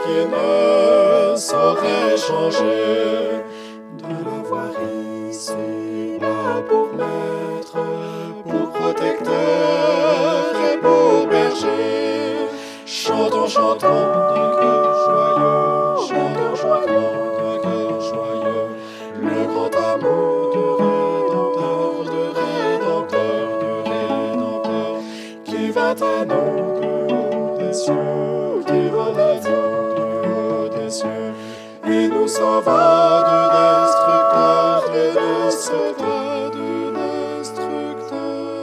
qui ne saurait changer. De l'avoir ici, là pour maître, pour protecteur et pour berger. Chantons, chantons d'un cœur joyeux, chantons, chantons d'un cœur joyeux, le grand amour du Rédempteur, du Rédempteur, du Rédempteur, qui vint à nous du haut des cieux, qui vint à nous du haut des cieux, et nous sauva du destructeur, et nous sauva du destructeur.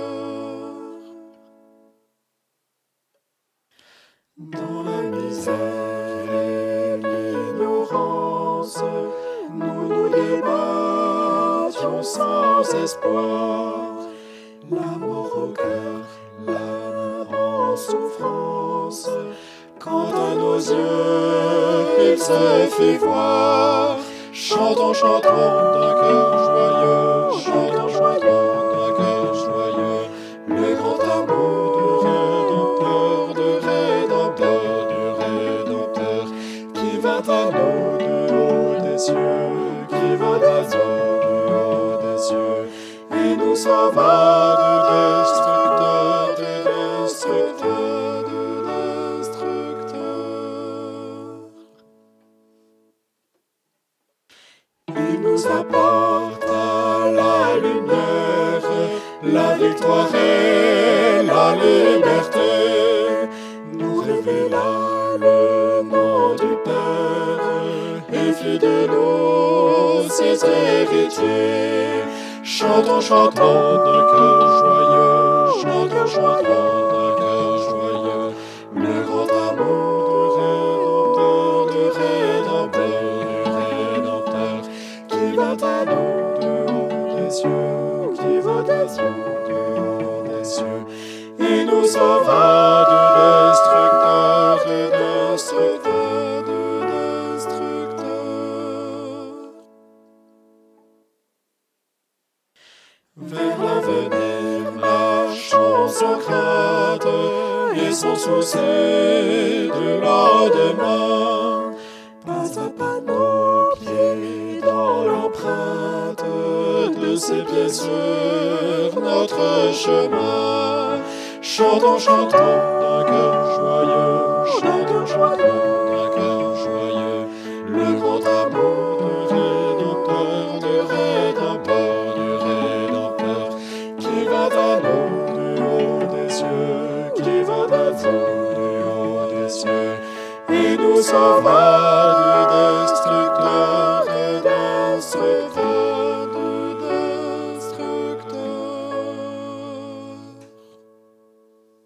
Dans la misère et l'ignorance, nous nous débattions sans espoir. La mort au cœur, l'âme en souffrance, quand à nos yeux il se fit voir. Chantons, chantons d'un cœur joyeux, chantons, chantons d'un cœur joyeux, le grand amour du Rédempteur, du Rédempteur, du Rédempteur, qui vint à nous du haut des cieux, qui vint à nous du haut des cieux, et nous sauva du destructeur, du destructeur, du destructeur. Il nous apporta la lumière, la victoire et la liberté, nous révéla le nom du Père et fit de nous ses héritiers. Chantons, chantons d'un cœur joyeux, chantons, chantons d'un cœur joyeux, le grand amour du Rédempteur, du Rédempteur, qui vint à nous du haut des cieux, qui vint à nous du haut des cieux, et nous sauva du destructeur, du destructeur, du destructeur. Vers l'avenir marchons sans crainte et sans souci du lendemain. Pas à pas nos pieds dans l'empreinte de ses pieds sur notre chemin. Chantons, chantons d'un cœur joyeux, chantons, chantons d'un cœur joyeux, le grand amour du Rédempteur, du Rédempteur, du Rédempteur, qui vint à nous du haut des cieux, qui vint à nous du haut des cieux, et nous sauva du